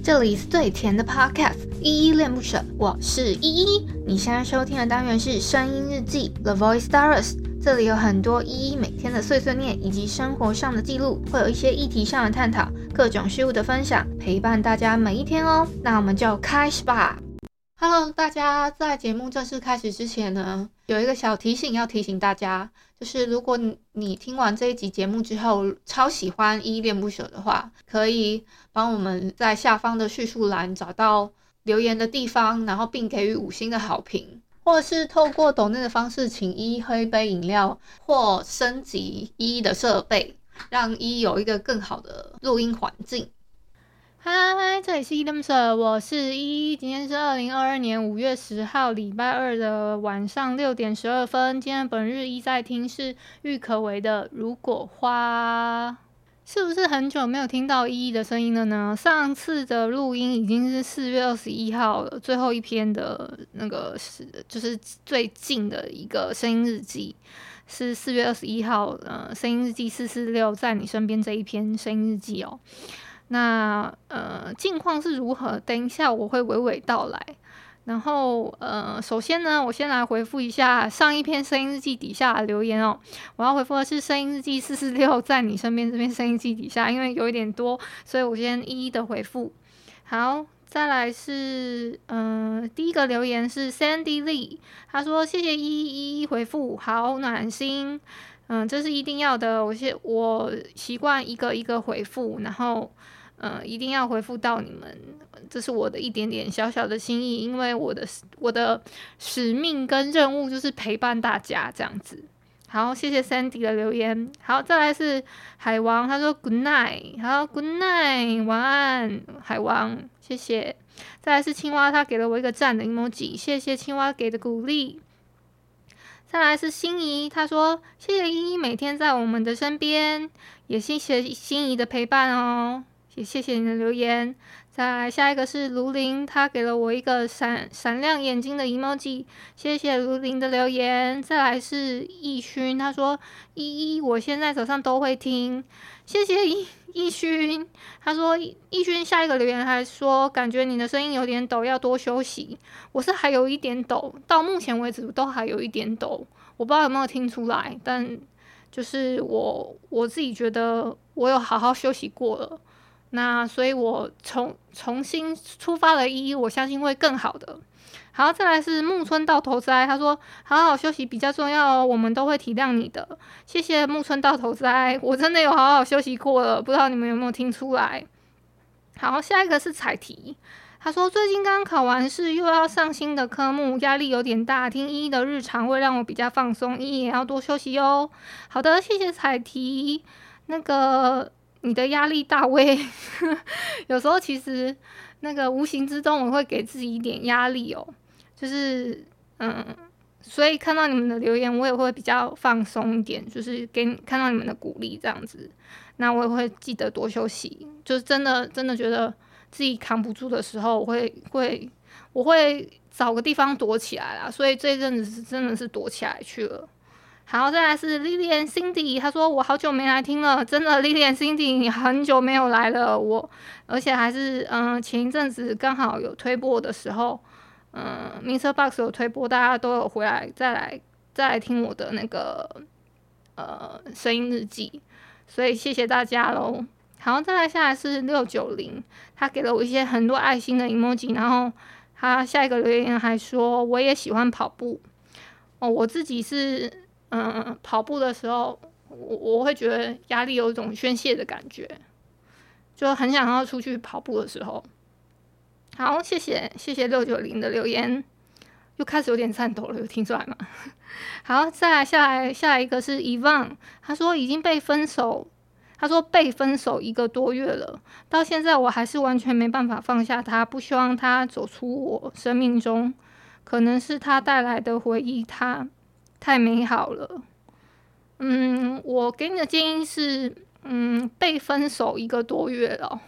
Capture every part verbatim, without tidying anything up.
这里是最甜的 podcast， 依依恋不舍，我是依依。你现在收听的单元是声音日记 The Voice Diaries， 这里有很多依依每天的碎碎念以及生活上的记录，会有一些议题上的探讨，各种事物的分享，陪伴大家每一天哦。那我们就开始吧。Hello， 大家，在节目正式开始之前呢，有一个小提醒要提醒大家，就是如果你你听完这一集节目之后超喜欢依依恋不舍的话，可以帮我们在下方的叙述栏找到留言的地方，然后并给予五星的好评，或者是透过抖内的方式请依依喝一杯饮料，或升级依依的设备，让依依有一个更好的录音环境。嗨，这里是依依恋不舍，我是依依。今天是二零二二年五月十号礼拜二的晚上六点十二分。今天本日依在听是郁可唯的《如果花》。是不是很久没有听到依依的声音了呢？上次的录音已经是四月二十一号了，最后一篇的那个是就是最近的一个声音日记，是四月二十一号，呃，声音日记四四六在你身边这一篇声音日记哦。那呃，近况是如何？等一下我会娓娓道来。然后呃，首先呢，我先来回复一下上一篇声音日记底下的留言哦。我要回复的是声音日记四四六在你身边这边声音日记底下，因为有一点多，所以我先一一的回复。好，再来是嗯、呃，第一个留言是 Sandy Lee， 他说谢谢依依依依回复，好暖心。嗯，这是一定要的。我现我习惯一个一个回复，然后。呃，一定要回复到你们，这是我的一点点小小的心意，因为我的我的使命跟任务就是陪伴大家这样子。好，谢谢 Sandy 的留言。好，再来是海王，他说 Good night， 好 Good night， 晚安，海王，谢谢。再来是青蛙，他给了我一个赞的 emoji， 谢谢青蛙给的鼓励。再来是心仪，他说谢谢依依每天在我们的身边，也谢谢心仪的陪伴哦。也谢谢你的留言。再来下一个是卢林，他给了我一个闪闪亮眼睛的 emoji， 谢谢卢林的留言。再来是易勋，他说依依我现在早上都会听，谢谢易易勋。他说易勋下一个留言还说感觉你的声音有点抖，要多休息。我是还有一点抖，到目前为止都还有一点抖，我不知道有没有听出来，但就是我我自己觉得我有好好休息过了。那所以我重重新出发的依依，我相信会更好的。好，再来是木村到头栽，他说好好休息比较重要哦，我们都会体谅你的。谢谢木村到头栽，我真的有好好休息过了，不知道你们有没有听出来。好，下一个是彩题，他说最近刚考完试，又要上新的科目，压力有点大，听依依的日常会让我比较放松，依依也要多休息哦。好的，谢谢彩题。那个你的压力大，我也有时候其实那个无形之中我会给自己一点压力哦，就是嗯，所以看到你们的留言，我也会比较放松一点，就是给你看到你们的鼓励这样子，那我也会记得多休息，就是真的真的觉得自己扛不住的时候，我会会我会找个地方躲起来啦，所以这一阵子是真的是躲起来去了。好，再来是 Lilian Cindy， 他说我好久没来听了，真的 Lilian Cindy 你很久没有来了，我而且还是嗯、呃、前一阵子刚好有推播的时候，嗯、呃、Mister Box 有推播，大家都有回来再来再来听我的那个呃声音日记，所以谢谢大家咯。好，再来下来是六九零，他给了我一些很多爱心的 emoji， 然后他下一个留言还说我也喜欢跑步哦，我自己是。嗯，跑步的时候，我我会觉得压力有一种宣泄的感觉，就很想要出去跑步的时候。好，谢谢谢谢六九零的留言，又开始有点颤抖了，有听出来吗？好，再来下来下来一个是 Evan， 他说已经被分手，他说被分手一个多月了，到现在我还是完全没办法放下他，不希望他走出我生命中，可能是他带来的回忆，他。太美好了，嗯，我给你的建议是，嗯，被分手一个多月了，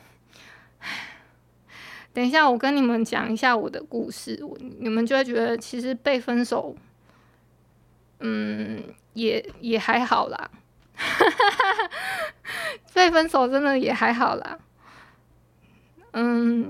等一下我跟你们讲一下我的故事，你们就会觉得其实被分手，嗯，也也还好啦，被分手真的也还好啦，嗯，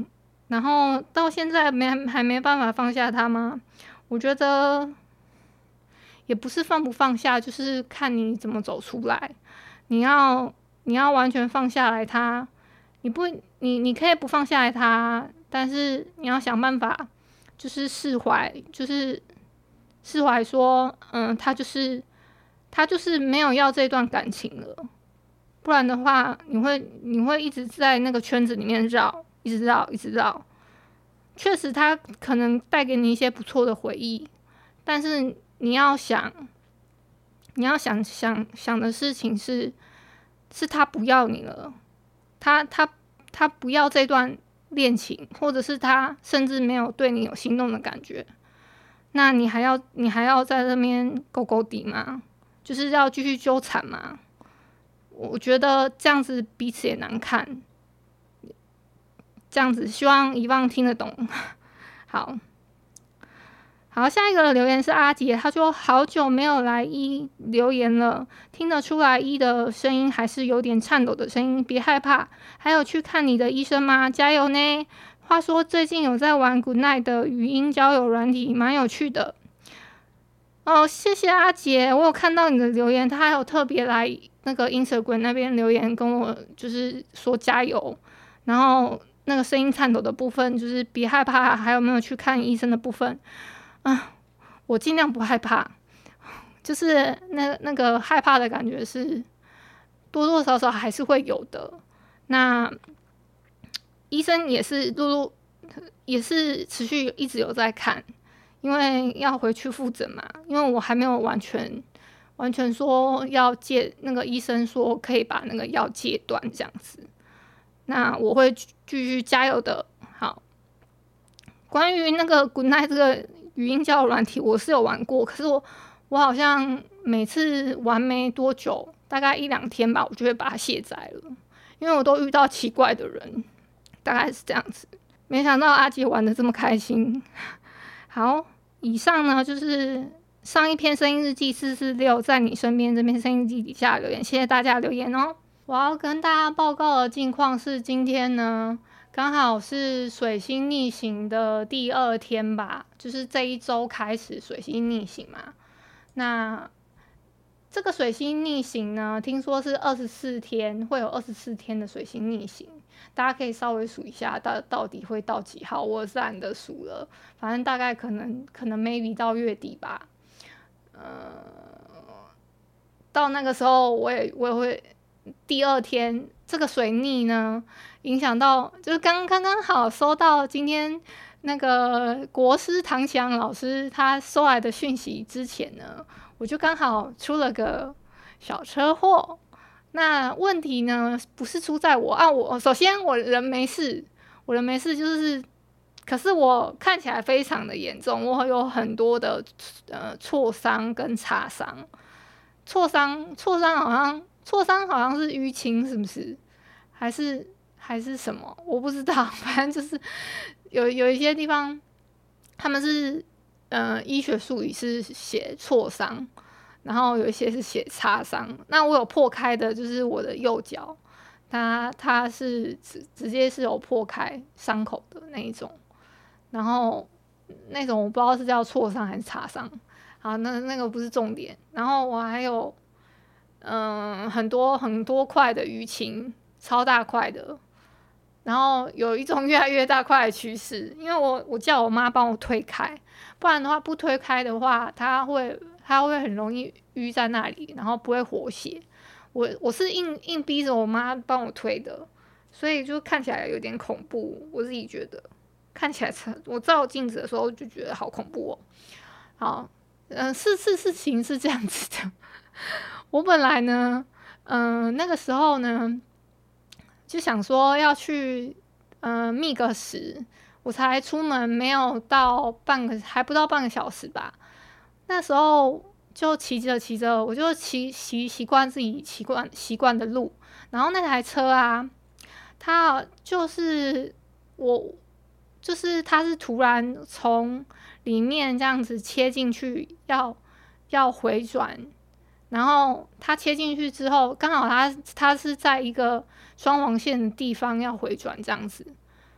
然后到现在没还没办法放下它吗？我觉得也不是放不放下，就是看你怎么走出来。你要你要完全放下来它，你不你你可以不放下来它，但是你要想办法，就是释怀，就是释怀说，嗯，他就是他就是没有要这段感情了。不然的话，你会你会一直在那个圈子里面绕，一直绕，一直绕。确实，他可能带给你一些不错的回忆，但是你要想，你要想想想的事情是，是他不要你了，他他他不要这段恋情，或者是他甚至没有对你有心动的感觉，那你还要你还要在这边勾勾底吗？就是要继续纠缠吗？我觉得这样子彼此也难看，这样子希望遗忘听得懂。好好，下一个留言是阿杰，他说好久没有来一留言了，听得出来一的声音还是有点颤抖的声音，别害怕。还有去看你的医生吗？加油呢！话说最近有在玩 Good Night 的语音交友软体，蛮有趣的。哦，谢谢阿杰，我有看到你的留言，他还有特别来那个 Instagram 那边留言跟我就是说加油，然后那个声音颤抖的部分就是别害怕，还有没有去看医生的部分啊？我尽量不害怕，就是那那个害怕的感觉是多多少少还是会有的。那医生也是陆陆也是持续一直有在看。因为要回去复诊嘛，因为我还没有完全完全说要戒，那个医生说可以把那个药戒断这样子，那我会继续加油的。好，关于那个 Good Night 这个语音交友软体，我是有玩过，可是我我好像每次玩没多久，大概一两天吧，我就会把它卸载了，因为我都遇到奇怪的人，大概是这样子。没想到阿杰玩得这么开心。好，以上呢就是上一篇声音日记四四六，在你身边这篇声音日记底下留言，谢谢大家留言哦。我要跟大家报告的近况是，今天呢刚好是水星逆行的第二天吧，就是这一周开始水星逆行嘛。那这个水星逆行呢，听说是二十四天，会有二十四天的水星逆行。大家可以稍微数一下到到底会到几号，我是懒得数了，反正大概可能可能 maybe 到月底吧。呃，到那个时候我也我也会第二天这个水逆呢，影响到就是刚刚刚好收到今天那个国师唐启阳老师他收来的讯息之前呢，我就刚好出了个小车祸。那问题呢，不是出在我啊，我首先我人没事，我人没事，就是可是我看起来非常的严重，我有很多的呃挫伤跟擦伤，挫伤挫伤好像挫伤好像是淤青，是不是？还是还是什么？我不知道，反正就是有有一些地方他们是呃医学术语是写挫伤。然后有一些是写擦伤，那我有破开的，就是我的右脚，它它是直直接是有破开伤口的那一种，然后那种我不知道是叫挫伤还是擦伤，好，那那个不是重点。然后我还有嗯很多很多块的淤青，超大块的，然后有一种越来越大块的趋势，因为我我叫我妈帮我推开，不然的话不推开的话，它会。它会很容易淤在那里，然后不会活血。我我是硬硬逼着我妈帮我推的，所以就看起来有点恐怖。我自己觉得看起来，我照镜子的时候就觉得好恐怖哦。好，嗯、呃，是是事情是这样子的。我本来呢，嗯、呃，那个时候呢，就想说要去，嗯、呃，觅个食，我才出门，没有到半个，还不到半个小时吧。那时候就骑着骑着，我就骑习习惯自己习惯习惯的路，然后那台车啊，它就是我，就是它是突然从里面这样子切进去，要要回转，然后它切进去之后，刚好它它是在一个双黄线的地方要回转这样子，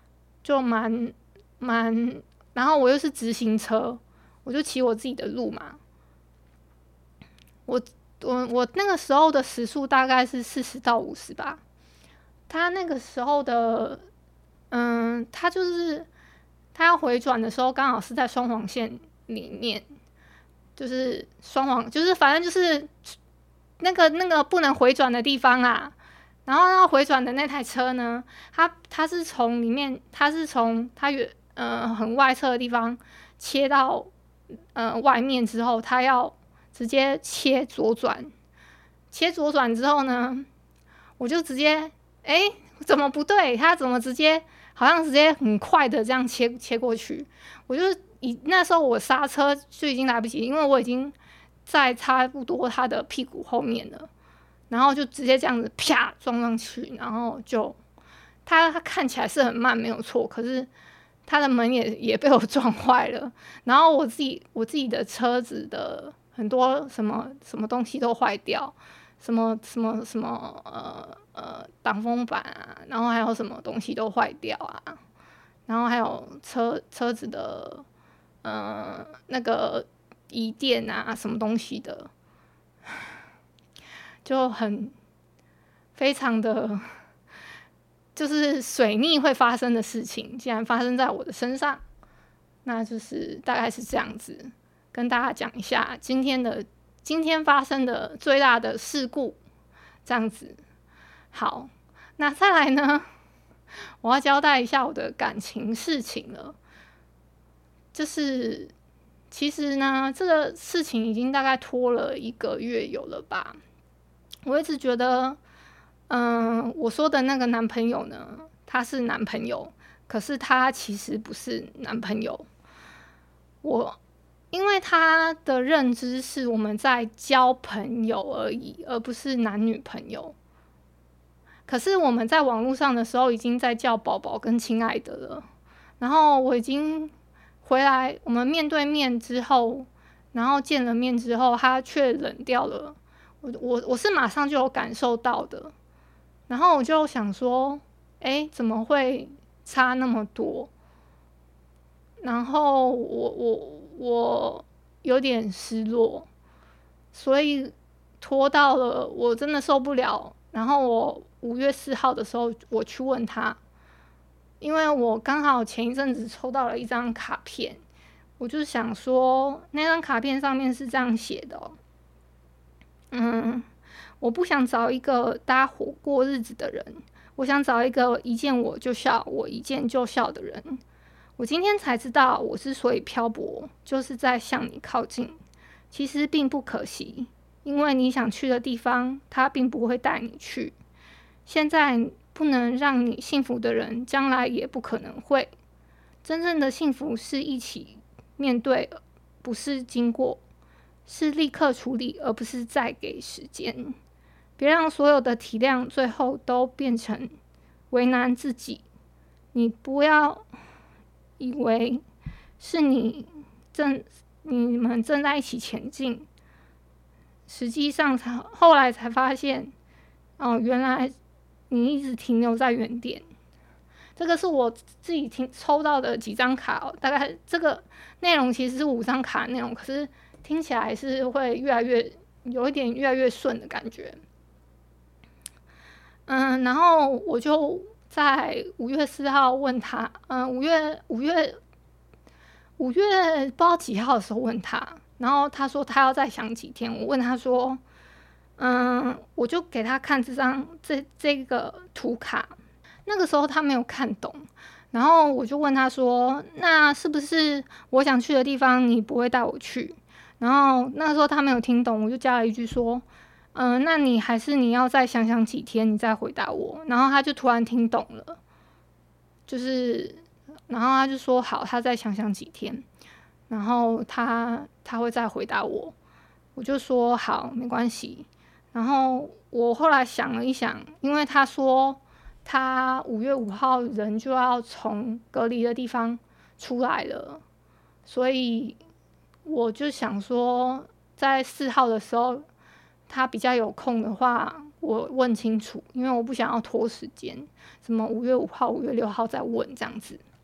就蛮蛮，然后我又是直行车，我就骑我自己的路嘛。我我我那个时候的时速大概是四十到五十吧。他那个时候的，嗯，他就是他要回转的时候，刚好是在双黄线里面，就是双黄，就是反正就是那个那个不能回转的地方啊。然后要回转的那台车呢，它它是从里面，它是从它远呃很外侧的地方切到呃外面之后，它要直接切左转。切左转之后呢，我就直接哎怎么不对？它怎么直接好像直接很快的这样切切过去？我就以那时候我刹车就已经来不及，因为我已经在差不多它的屁股后面了。然后就直接这样子啪撞上去，然后就他他看起来是很慢没有错，可是他的门也也被我撞坏了，然后我自己我自己的车子的很多什么什么东西都坏掉，什么什么什么呃呃挡风板啊，然后还有什么东西都坏掉啊，然后还有车车子的呃那个椅垫啊什么东西的。就很非常的，就是水逆会发生的事情，竟然发生在我的身上，那就是大概是这样子，跟大家讲一下今天的今天发生的最大的事故，这样子。好，那再来呢，我要交代一下我的感情事情了，就是其实呢，这个事情已经大概拖了一个月有了吧。我一直觉得，嗯，我说的那个男朋友呢，他是男朋友，可是他其实不是男朋友。我因为他的认知是我们在交朋友而已，而不是男女朋友。可是我们在网络上的时候，已经在叫宝宝跟亲爱的了。然后我已经回来，我们面对面之后，然后见了面之后，他却冷掉了。我我我是马上就有感受到的，然后我就想说，哎，怎么会差那么多？然后我我我有点失落，所以拖到了我真的受不了。然后我五月四号的时候，我去问他，因为我刚好前一阵子抽到了一张卡片，我就想说，那张卡片上面是这样写的哦。嗯，我不想找一个搭伙过日子的人，我想找一个一见我就笑，我一见就笑的人。我今天才知道，我之所以漂泊，就是在向你靠近。其实并不可惜，因为你想去的地方，他并不会带你去。现在不能让你幸福的人，将来也不可能会。真正的幸福是一起面对，不是经过。是立刻处理，而不是再给时间。别让所有的体谅最后都变成为难自己。你不要以为是你正你们正在一起前进，实际上才后来才发现，哦，原来你一直停留在原点。这个是我自己听抽到的几张卡哦，大概这个内容其实是五张卡内容，可是听起来是会越来越有一点越来越顺的感觉。嗯，然后我就在五月四号问他，嗯，五月五月五月不知道几号的时候问他，然后他说他要再想几天。我问他说，嗯，我就给他看这张这这个图卡，那个时候他没有看懂，然后我就问他说，那是不是我想去的地方你不会带我去？然后那个时候他没有听懂，我就加了一句说，嗯、呃，那你还是你要再想想几天，你再回答我。然后他就突然听懂了，就是，然后他就说好，他再想想几天，然后他他会再回答我。我就说好，没关系。然后我后来想了一想，因为他说他五月五号人就要从隔离的地方出来了，所以我就想说，在四号的时候，他比较有空的话，我问清楚，因为我不想要拖时间，什么五月五号、五月六号再问这样子。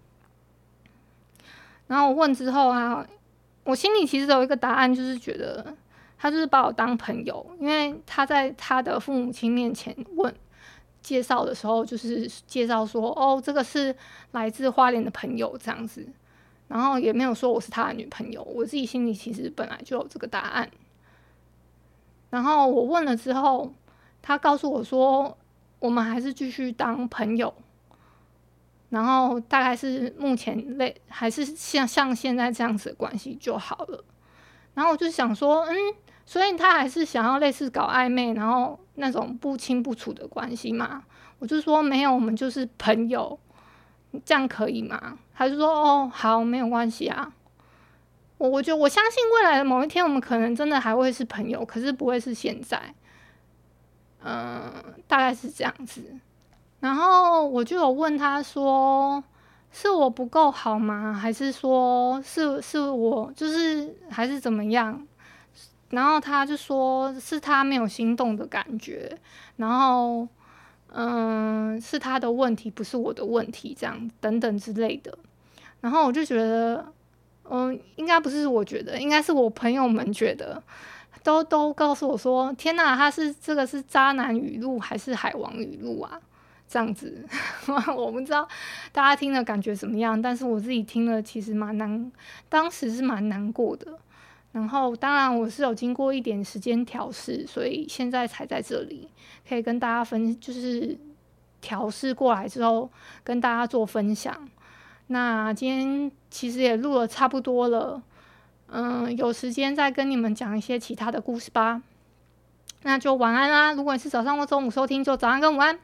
然后我问之后啊，我心里其实有一个答案，就是觉得他就是把我当朋友，因为他在他的父母亲面前问介绍的时候，就是介绍说哦，这个是来自花莲的朋友这样子，然后也没有说我是他的女朋友，我自己心里其实本来就有这个答案。然后我问了之后，他告诉我说，我们还是继续当朋友，然后大概是目前类还是像像现在这样子的关系就好了。然后我就想说，嗯，所以他还是想要类似搞暧昧，然后那种不清不楚的关系嘛？我就说没有，我们就是朋友，这样可以吗？他就说哦，好，没有关系啊。我我觉得我相信未来的某一天，我们可能真的还会是朋友，可是不会是现在。嗯，大概是这样子。然后我就有问他说，是我不够好吗？还是说是是我就是还是怎么样？然后他就说是他没有心动的感觉，然后嗯是他的问题，不是我的问题，这样等等之类的。然后我就觉得，嗯，应该不是我觉得，应该是我朋友们觉得。都都告诉我说，天哪，他是这个是渣男语录还是海王语录啊？这样子，我不知道大家听了感觉怎么样，但是我自己听了其实蛮难，当时是蛮难过的。然后当然我是有经过一点时间调试，所以现在才在这里可以跟大家分，就是调试过来之后跟大家做分享。那今天其实也录了差不多了。嗯，有时间再跟你们讲一些其他的故事吧。那就晚安啦！如果你是早上或中午收听，就早安跟午安。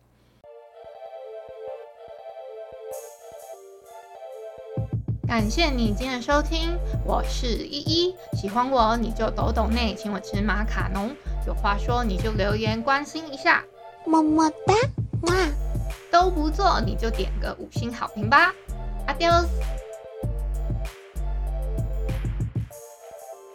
感谢你今天的收听，我是依依。喜欢我你就抖抖内，请我吃马卡龙。有话说你就留言关心一下， 么么哒，哇！ 都不做你就点个五星好评吧。Adios。